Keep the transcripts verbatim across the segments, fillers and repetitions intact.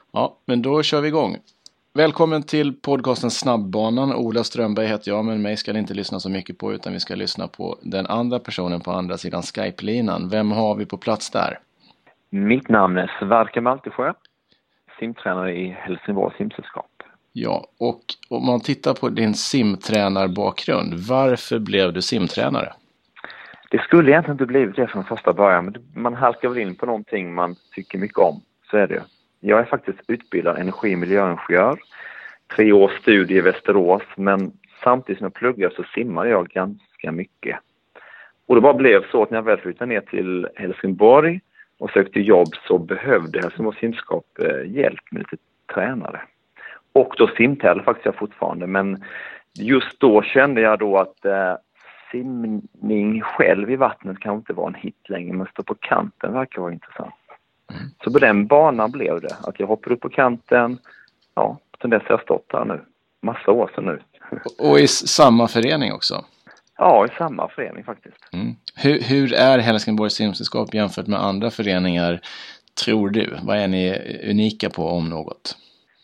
Ja, men då kör vi igång. Välkommen till podcasten Snabbbanan. Ola Strömberg heter jag, men mig ska ni inte lyssna så mycket på, utan vi ska lyssna på den andra personen på andra sidan Skype-linan. Vem har vi på plats där? Mitt namn är Sverker Maltesjö, simtränare i Helsingborg simsällskap. Ja, och om man tittar på din simtränarbakgrund, varför blev du simtränare? Det skulle egentligen inte blivit det från första början, men man halkar väl in på någonting man tycker mycket om, så är det. Jag är faktiskt utbildad energi- och miljöingenjör, tre års studie i Västerås, men samtidigt som jag pluggar så simmar jag ganska mycket. Och det bara blev så att när jag väl flyttade ner till Helsingborg och sökte jobb så behövde Helsingborgs simskap hjälp med lite tränare. Och då simtävlar faktiskt jag fortfarande, men just då kände jag då att eh, simning själv i vattnet kan inte vara en hit längre, men stå på kanten verkar vara intressant. Mm. Så på den banan blev det att jag hoppade upp på kanten, ja, sen dess har jag stått här nu, massa år sedan nu. Och i samma förening också? Ja, i samma förening faktiskt. Mm. Hur, hur är Helsingborgs simsällskap jämfört med andra föreningar, tror du? Vad är ni unika på om något?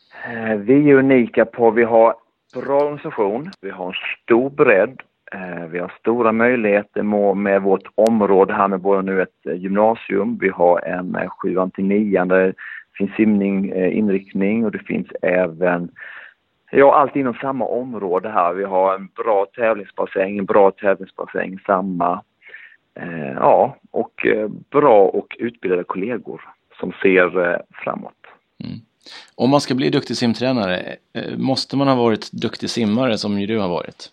Vi är unika på, vi har bra organisation, vi har en stor bredd, vi har stora möjligheter med vårt område här med både nu ett gymnasium, vi har en sjuan till nian där det finns simning, inriktning, och det finns även, ja, allt inom samma område här. Vi har en bra tävlingsbassäng, en bra tävlingsbassäng, samma, ja, och bra och utbildade kollegor som ser framåt. Mm. Om man ska bli duktig simtränare, måste man ha varit duktig simmare som ju du har varit?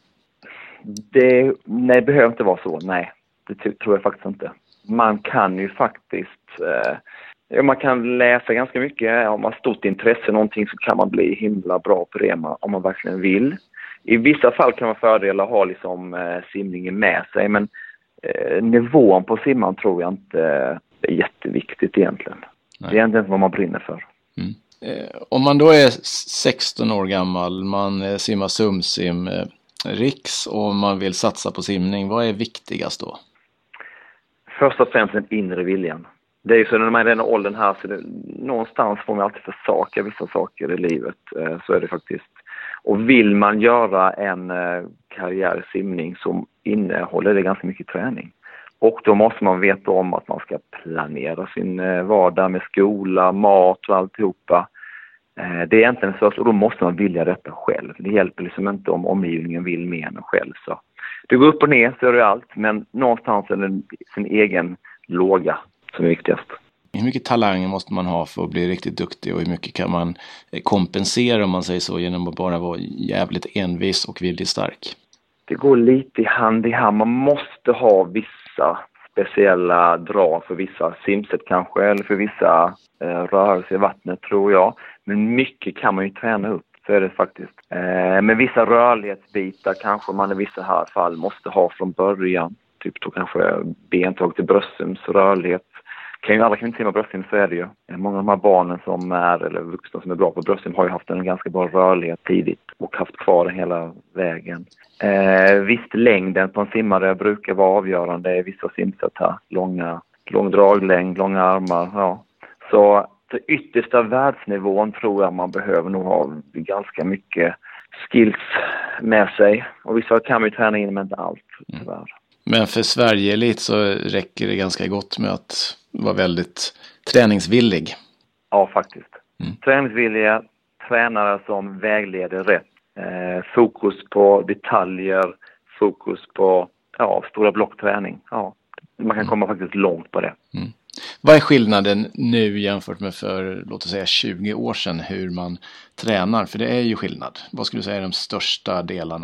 Det, nej, det behöver inte vara så. Nej, det t- tror jag faktiskt inte. Man kan ju faktiskt, eh, man kan läsa ganska mycket. Om man har stort intresse någonting så kan man bli himla bra på det om man verkligen vill. I vissa fall kan man fördela ha liksom eh, simningen med sig, men eh, nivån på simman tror jag inte är jätteviktigt egentligen. Nej. Det är egentligen vad man brinner för. Mm. Eh, om man då är sexton år gammal, man eh, simmar sumsim, eh, riks, och man vill satsa på simning, vad är viktigast då? Först och främst den inre viljan. Det är ju så när man är i den åldern här, så det, någonstans får man alltid försaka vissa saker i livet, eh, så är det faktiskt. Och vill man göra en eh, karriär i simning så innehåller det ganska mycket träning. Och då måste man veta om att man ska planera sin vardag med skola, mat och alltihopa. Det är egentligen så, och då måste man vilja detta själv. Det hjälper liksom inte om omgivningen vill mer än själv. Så det går upp och ner, så är det allt. Men någonstans är det sin egen låga som är viktigast. Hur mycket talang måste man ha för att bli riktigt duktig, och hur mycket kan man kompensera, om man säger så, genom att bara vara jävligt envis och viljestark? Det går lite hand i hand. Man måste ha vissa speciella drag för vissa simset kanske, eller för vissa eh, rörelser i vattnet, tror jag. Men mycket kan man ju träna upp, så är det faktiskt. Eh, men vissa rörlighetsbitar kanske man i vissa här fall måste ha från början. Typ då kanske bentag till bröstsims, rörlighet. Kan ju alla kan inte simma bröstsim, så är det ju. Många av de här barnen som är, eller vuxna som är bra på bröstsim, har ju haft en ganska bra rörlighet tidigt och haft kvar den hela vägen. Eh, visst, längden på en simmare brukar vara avgörande i vissa simsätt här. Långa, lång draglängd, långa armar, ja. Så till yttersta världsnivån tror jag man behöver nog ha ganska mycket skills med sig. Och vissa kan man ju träna in, men inte allt, tyvärr. Mm. Men för Sverige-elit så räcker det ganska gott med att vara väldigt träningsvillig. Ja, faktiskt. Mm. Träningsvilliga, tränare som vägleder rätt. Eh, fokus på detaljer, fokus på ja, stora blockträning. Ja, man kan komma mm. faktiskt långt på det. Mm. Vad är skillnaden nu jämfört med för, låt oss säga, tjugo år sedan, hur man tränar? För det är ju skillnad. Vad skulle du säga är de största delarna?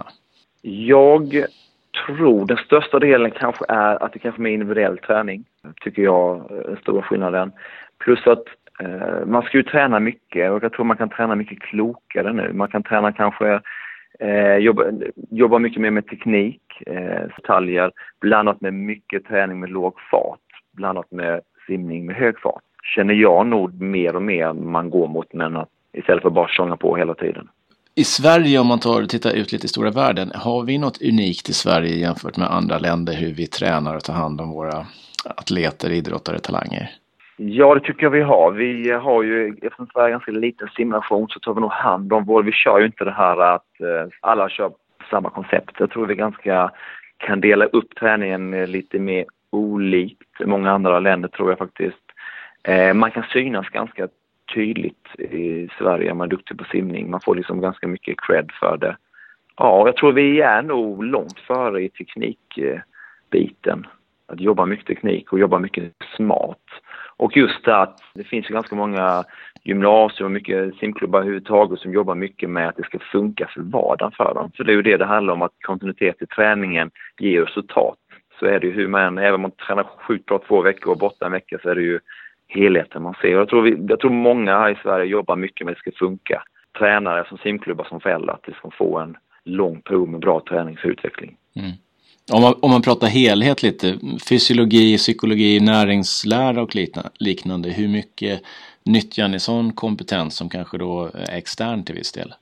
Jag tror den största delen kanske är att det kanske är individuell träning, tycker jag är den stora skillnaden. Plus att eh, man ska ju träna mycket, och jag tror man kan träna mycket klokare nu. Man kan träna kanske, eh, jobba, jobba mycket mer med teknik, eh, detaljer, blandat med mycket träning med låg fart, blandat med simning med hög fart. Känner jag nog mer och mer man går mot, men att istället för att bara sjunga på hela tiden. I Sverige, om man tar och tittar ut lite i stora världen, har vi något unikt i Sverige jämfört med andra länder hur vi tränar och tar hand om våra atleter, idrottare, talanger? Ja, det tycker jag vi har. Vi har ju, eftersom Sverige är en ganska liten simnation, så tar vi nog hand om vår. Vi kör ju inte det här att eh, alla kör samma koncept. Jag tror vi ganska kan dela upp träningen lite mer olikt många andra länder, tror jag faktiskt. Eh, man kan synas ganska tydligt i Sverige om man är duktig på simning. Man får liksom ganska mycket cred för det. Ja, jag tror vi är nog långt före i teknikbiten. Att jobba mycket teknik och jobba mycket smart. Och just det att det finns ju ganska många gymnasier och mycket simklubbar överhuvudtaget som jobbar mycket med att det ska funka för vardagen för dem. Så det är ju det det handlar om, att kontinuitet i träningen ger resultat. Så är det ju hur man, även om man tränar sjukt bra två veckor och borta en vecka, så är det ju helheten man ser. Jag tror, vi, jag tror många här i Sverige jobbar mycket med att det ska funka. Tränare som simklubbar som föräldrar, att det ska få en lång period med bra träningsutveckling. Mm. Om man, om man pratar helhet lite, fysiologi, psykologi, näringslära och liknande, hur mycket nyttjar ni sån kompetens som kanske då är extern till viss del?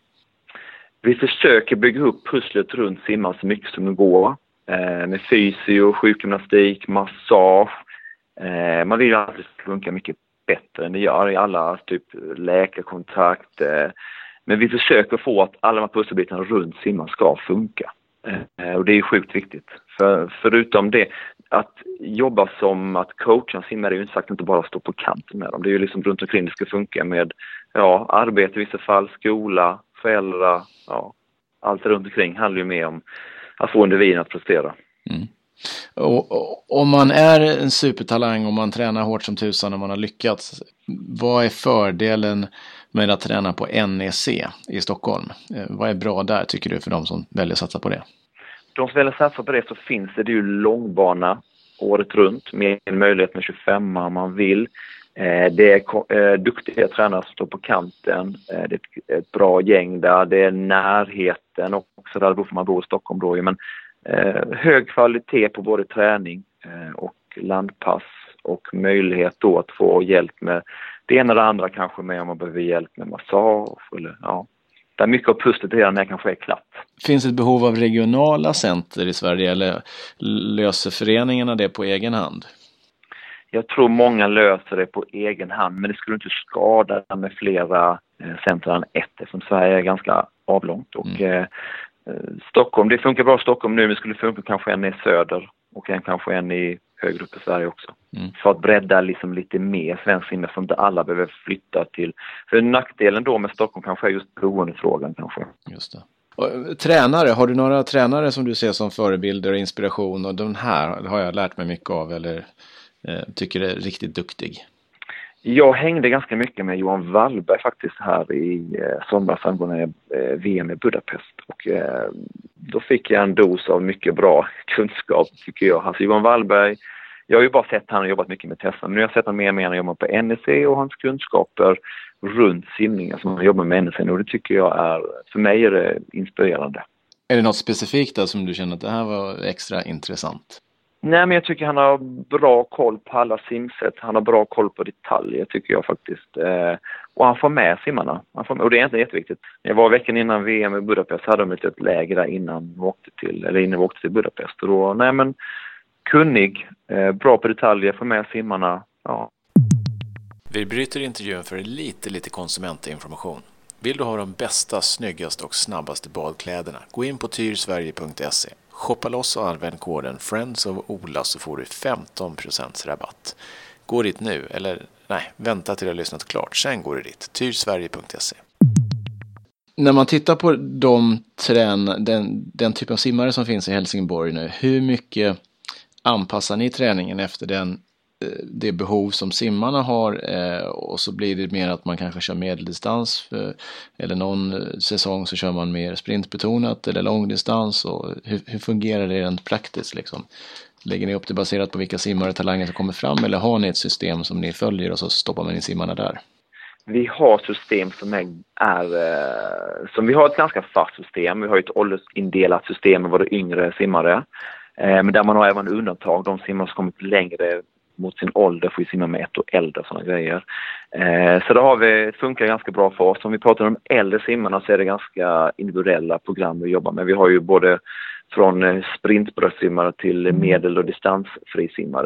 Vi försöker bygga upp pusslet runt simman så mycket som det går. Eh, med fysio, sjukgymnastik, massage. Eh, man vill ju att det ska funka mycket bättre än det gör i alla typ läkarkontakt. Eh, men vi försöker få att alla de här pusselbitarna runt simman ska funka. Eh, och det är sjukt viktigt. För, förutom det, att jobba som att coacha simmare är ju inte sagt inte bara stå på kanten med dem. Det är ju liksom runt omkring det ska funka med ja, arbete i vissa fall, skola, föräldrar, ja, allt runt omkring handlar ju mer om att få individen att prestera. Mm. Och, och, om man är en supertalang och man tränar hårt som tusan och man har lyckats, vad är fördelen med att träna på N E C i Stockholm? Vad är bra där tycker du för de som väljer att satsa på det? De som väljer att satsa på det, så finns det, det är ju långbana året runt med en möjlighet med tjugofem om man vill. Det är duktiga tränare som står på kanten. Det är ett, ett bra gäng där. Det är närheten också, där bor man bor i Stockholm då. Men hög kvalitet på både träning och landpass och möjlighet då att få hjälp med det ena eller andra, kanske med om man behöver hjälp med massage eller ja. Där mycket av pusslet redan är kanske är klart. Finns ett behov av regionala center i Sverige eller löser föreningarna det på egen hand? Jag tror många löser det på egen hand, men det skulle inte skada med flera center än ett, eftersom Sverige är ganska avlångt. Och mm. eh, Stockholm, det funkar bra i Stockholm nu, men det skulle funka kanske en i söder och en kanske en i högre upp i Sverige också. Mm. För att bredda liksom lite mer svensk simning som inte alla behöver flytta till. För nackdelen då med Stockholm kanske är just boendefrågan kanske. Just det. Och, tränare, har du några tränare som du ser som förebilder och inspiration, och den här har jag lärt mig mycket av eller eh, tycker är riktigt duktig? Jag hängde ganska mycket med Johan Wallberg faktiskt här i eh, somras angående eh, V M i Budapest. Och eh, då fick jag en dos av mycket bra kunskap tycker jag. Alltså Johan Wallberg, jag har ju bara sett han och jobbat mycket med Tessa, men nu har jag sett han mer och mer när jag jobbar på N E C och hans kunskaper runt simningen som han jobbar med N E C, och det tycker jag är, för mig är det inspirerande. Är det något specifikt där som du känner att det här var extra intressant? Nej, men jag tycker han har bra koll på alla simsätt. Han har bra koll på detaljer tycker jag faktiskt. Eh, och han får med simmarna. Han får med, och det är inte jätteviktigt. Jag var veckan innan V M i Budapest, hade de ett, ett läger där innan vi åkte till, eller innan vi åkte till Budapest. Och då, nej men, kunnig, eh, bra på detaljer, får med simmarna, ja. Vi bryter intervjun för lite, lite konsumentinformation. Vill du ha de bästa, snyggaste och snabbaste badkläderna? Gå in på tyrsverige punkt se. Shoppa loss och använd koden Friends of Ola så får du femton procent rabatt. Gå dit nu, eller nej, vänta till du har lyssnat klart. Sen går du dit. tyrsverige punkt se. När man tittar på de trän, den, den typen av simmare som finns i Helsingborg nu, hur mycket anpassar ni träningen efter den, det behov som simmarna har, och så blir det mer att man kanske kör medeldistans eller någon säsong så kör man mer sprintbetonat eller långdistans, och hur, hur fungerar det rent praktiskt liksom? Lägger ni upp det baserat på vilka simmare och talanger som kommer fram, eller har ni ett system som ni följer och så stoppar man in simmarna där? Vi har system som är, är som vi har ett ganska fast system. Vi har ett åldersindelat system med våra yngre simmare, men där man har även undantag. De simmare som kommit längre mot sin ålder får ju simma med ett och äldre, sådana grejer. Eh, så då har vi, det funkar ganska bra för oss. Om vi pratar om äldre simmarna så är det ganska individuella program vi jobbar med. Vi har ju både från sprintbröstsimmare till medel- och distansfrisimmare.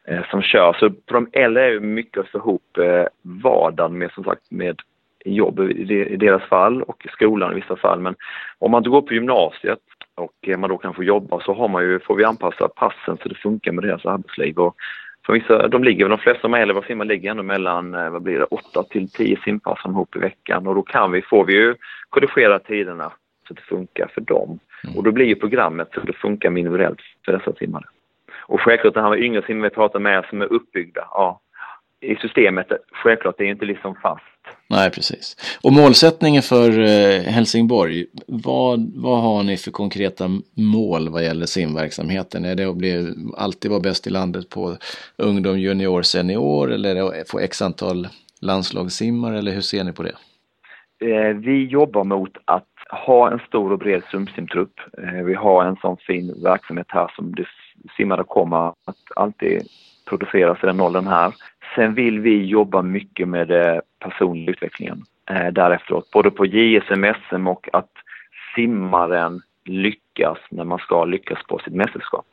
eh, som kör. Så på de äldre är ju mycket att få ihop eh, vardagen med, som sagt, med jobb i, de, i deras fall och i skolan i vissa fall. Men om man då går på gymnasiet och eh, man då kan få jobba, så har man ju, får vi anpassa passen så det funkar med deras arbetsliv. Och för vissa, de ligger, de flesta med eller vad simmar ligger ändå mellan eh, vad blir det, åtta till tio simpass ihop i veckan. Och då kan vi, får vi ju korrigera tiderna så att det funkar för dem. Mm. Och då blir ju programmet så att det funkar individuellt för dessa simmare. Och självklart, det här med yngre simmare vi pratar med som är uppbyggda, ja, i systemet, självklart, det är ju inte liksom fast. Nej, precis. Och målsättningen för eh, Helsingborg, vad, vad har ni för konkreta mål vad gäller simverksamheten? Är det att bli, alltid vara bäst i landet på ungdom, junior, senior, eller är det att få x antal landslagssimmare, eller hur ser ni på det? Eh, vi jobbar mot att ha en stor och bred simtrupp. Eh, vi har en sån fin verksamhet här som det simmare kommer att alltid produceras i den åldern här. Sen vill vi jobba mycket med eh, personlig utvecklingen eh, därefteråt. Både på J S M, S M och att simmaren lyckas när man ska lyckas på sitt mästerskap.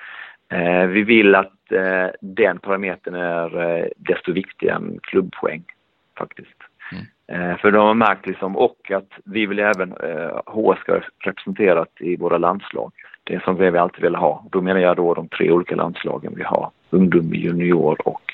Eh, vi vill att eh, den parametern är eh, desto viktigare än klubbpoäng faktiskt. Mm. Eh, för de har märkt liksom, och att vi vill även eh, H S ska representerat i våra landslag. Det är som vi alltid vill ha. Då menar jag då de tre olika landslagen vi har. Ungdom, junior och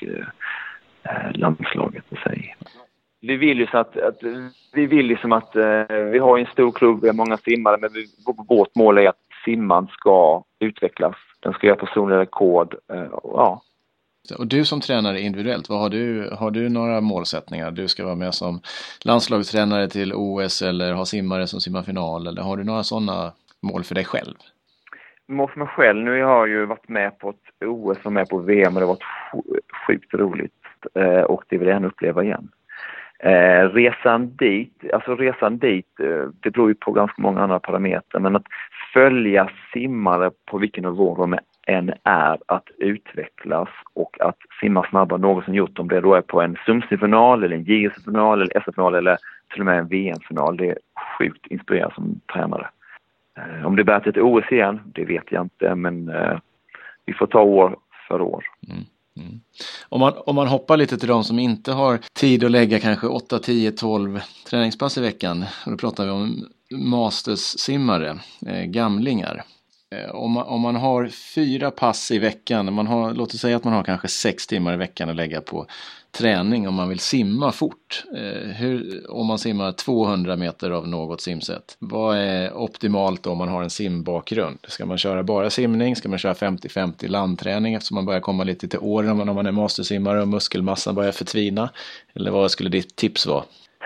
eh, landslaget. Säg. Vi vill ju så att, att vi vill liksom att eh, vi har en stor klubb, vi har många simmare, men vi, vårt mål är att simman ska utvecklas. Den ska göra personlig rekord. Eh, och, ja. Och du som tränare individuellt, vad har du, har du några målsättningar? Du ska vara med som landslagstränare till O S eller ha simmare som simmar final, eller har du några sådana mål för dig själv? Mål för mig själv, nu har jag ju varit med på ett O S och med på V M och det har varit sjukt roligt eh, och det vill jag gärna uppleva igen. Eh, resan dit, alltså resan dit, eh, det beror ju på ganska många andra parametrar, men att följa simmare på vilken nivå de än är, att utvecklas och att simma snabbare än någonsin gjort, om det då är på en sumsimfinal eller en J S M-final eller S M-final eller till och med en V M-final. Det är sjukt inspirerande som tränare. Eh, om det blir till ett O S igen, det vet jag inte, men eh, vi får ta år för år. Mm. Mm. Om, man, om man hoppar lite till de som inte har tid att lägga kanske åtta, tio, tolv träningspass i veckan, och då pratar vi om masters-simmare, eh, gamlingar. Eh, om, man, om man har fyra pass i veckan, man har, låt oss säga att man har kanske sex timmar i veckan att lägga på träning om man vill simma fort. Eh, hur, om man simmar tvåhundra meter av något simsätt. Vad är optimalt om man har en simbakgrund? Ska man köra bara simning? Ska man köra femtio femtio landträning eftersom man börjar komma lite till åren när man är mastersimmare och muskelmassan börjar förtvina? Eller vad skulle ditt tips vara?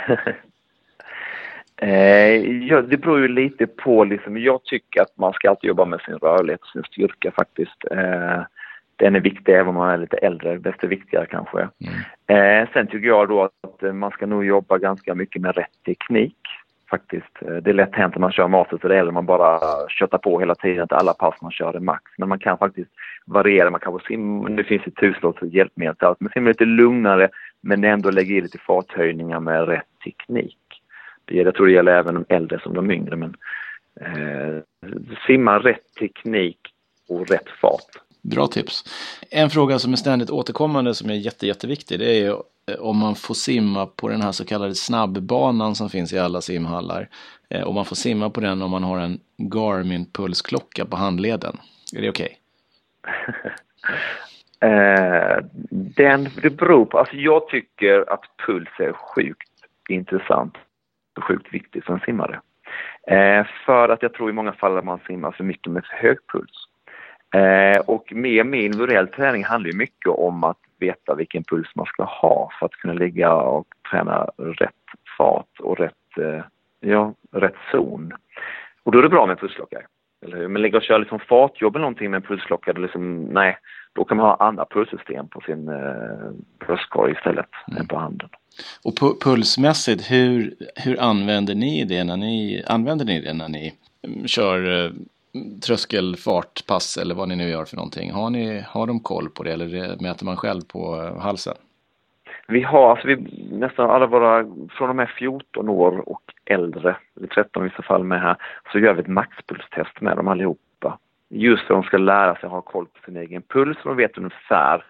eh, ja, det beror ju lite på. Liksom, jag tycker att man ska alltid jobba med sin rörlighet och sin styrka faktiskt. Eh, Den är viktig även om man är lite äldre, desto viktigare kanske. Mm. Eh, sen tycker jag då att man ska nog jobba ganska mycket med rätt teknik faktiskt. Det är lätt hänt när man kör master så det är man bara köttar på hela tiden till alla pass man kör i max. Men man kan faktiskt variera, man kan få sim, det finns ju tusenlåts hjälpmedel, men simma lite lugnare men ändå lägga i lite farthöjningar med rätt teknik. Det, jag tror det gäller även de äldre som de yngre, men eh, simma rätt teknik och rätt fart. Bra tips. En fråga som är ständigt återkommande som är jätte, jätteviktig, det är ju om man får simma på den här så kallade snabbbanan som finns i alla simhallar. Om man får simma på den om man har en Garmin-pulsklocka på handleden. Är det okej? Okay? eh, den, det beror på, alltså jag tycker att puls är sjukt intressant och sjukt viktigt som simmare. Eh, för att jag tror i många fall att man simmar för mycket med för hög puls. Eh, och med min individuell träning handlar ju mycket om att veta vilken puls man ska ha för att kunna ligga och träna rätt fart och rätt, eh, ja, rätt zon. Och då är det bra med pulsklocka. Eller hur? Men ligga och köra liksom fartjobb eller någonting med en pulsklocka, eller liksom, nej, då kan man ha andra pulssystem på sin eh, bröstkorg istället mm. än på handen. Och pu- pulsmässigt, hur, hur använder ni det när ni använder ni det när ni kör eh, tröskelfartpass eller vad ni nu gör för någonting? Har ni har de koll på det eller mäter man själv på halsen? Vi har alltså vi nästan alla våra från och med fjorton år och äldre, eller tretton i vissa fall med här, så gör vi ett maxpulstest med dem allihopa. Just för att de ska lära sig ha koll på sin egen puls och de vet ungefär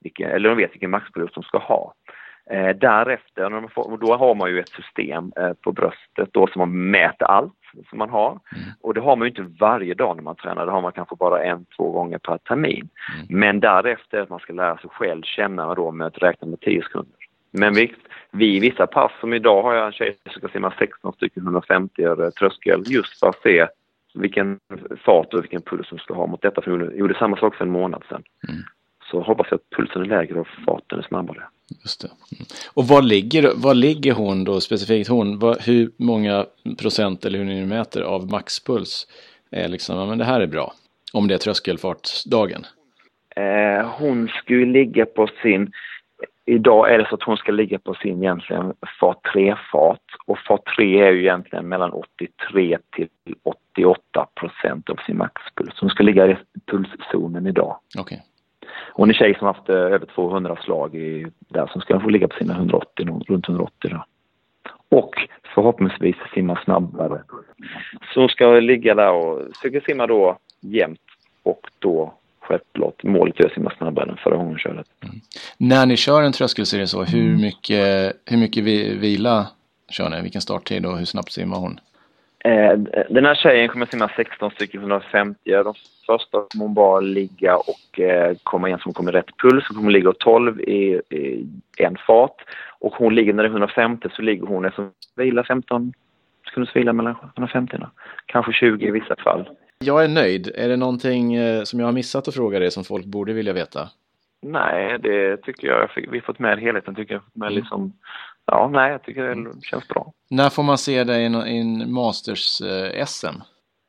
vilken, eller de vet vilken maxpuls de ska ha. Eh, därefter, när de får, då har man ju ett system eh, på bröstet då som man mäter allt som man har. Mm. Och det har man ju inte varje dag när man tränar. Det har man kanske bara en, två gånger per termin. Mm. Men därefter att man ska lära sig själv känna då med att räkna med tio sekunder. Men vi, vi vissa pass, som idag har jag en tjej som ska simma sexton stycken hundrafemtio tröskel just för att se vilken fart och vilken puls som ska ha mot detta. För jag gjorde samma sak för en månad sedan. Mm. Så hoppas jag att pulsen är lägre och farten är snabbare. Just det. Mm. Och vad ligger, vad ligger hon då, specifikt hon? Vad, hur många procent eller hur ni mäter av maxpuls är liksom, ja, men det här är bra. Om det är tröskelfartsdagen. Eh, hon skulle ligga på sin, idag är det så att hon ska ligga på sin egentligen fart tre-fart. Och fart tre är ju egentligen mellan åttiotre till åttioåtta procent av sin maxpuls. Hon ska ligga i pulszonen idag. Okej. Okay. Hon är tjej som har haft över tvåhundra slag i, där som ska få ligga på sina hundraåttio, runt hundraåttio då. Och förhoppningsvis simma snabbare. Så hon ska ligga där och försöka simma då jämnt och då självklart målet är att simma snabbare än förra gången körde. Mm. När ni kör en tröskelserie så, hur mycket, hur mycket vila kör ni? Vilken starttid och hur snabbt simmar hon? Eh, den här tjejen kommer simma sexton stycken hundrafemtio. De första kommer hon bara ligga och eh, komma igen som kommer rätt puls. Så kommer hon ligga och tolv i, i en fart. Och hon ligger när det är hundrafemtio så ligger hon som vila femton. Skulle du vila mellan hundrafemtio? Kanske tjugo i vissa fall. Jag är nöjd. Är det någonting eh, som jag har missat att fråga dig som folk borde vilja veta? Nej, det tycker jag. jag fick, vi har fått med helheten tycker jag. Med liksom, ja, nej, jag tycker det känns bra. När får man se dig i en, en Masters-S M?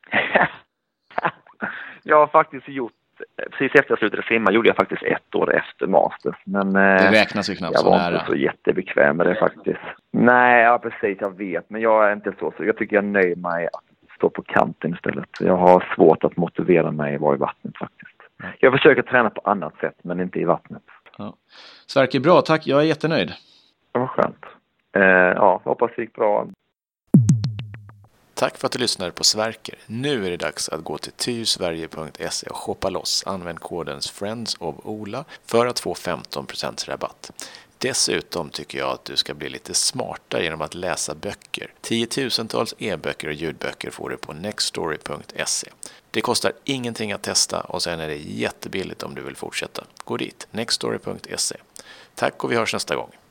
Jag har faktiskt gjort, precis efter jag slutade simma, gjorde jag faktiskt ett år efter Masters. Men det räknas ju knappt jag så var nära. inte så jättebekväm med det faktiskt. Nej, ja, precis, jag vet. Men jag är inte så. Så jag tycker jag nöjer mig att stå på kanten istället. Jag har svårt att motivera mig att vara i vattnet faktiskt. Jag försöker träna på annat sätt, men inte i vattnet. Ja. Sverker, bra, tack. Jag är jättenöjd. Det var skönt. Eh, ja, hoppas det gick bra. Tack för att du lyssnade på Sverker. Nu är det dags att gå till tyusverige punkt se och shoppa loss. Använd koden Friends of Ola för att få femton procent rabatt. Dessutom tycker jag att du ska bli lite smartare genom att läsa böcker. Tiotusentals e-böcker och ljudböcker får du på nextstory punkt se. Det kostar ingenting att testa och sen är det jättebilligt om du vill fortsätta. Gå dit, nextstory punkt se. Tack och vi hörs nästa gång.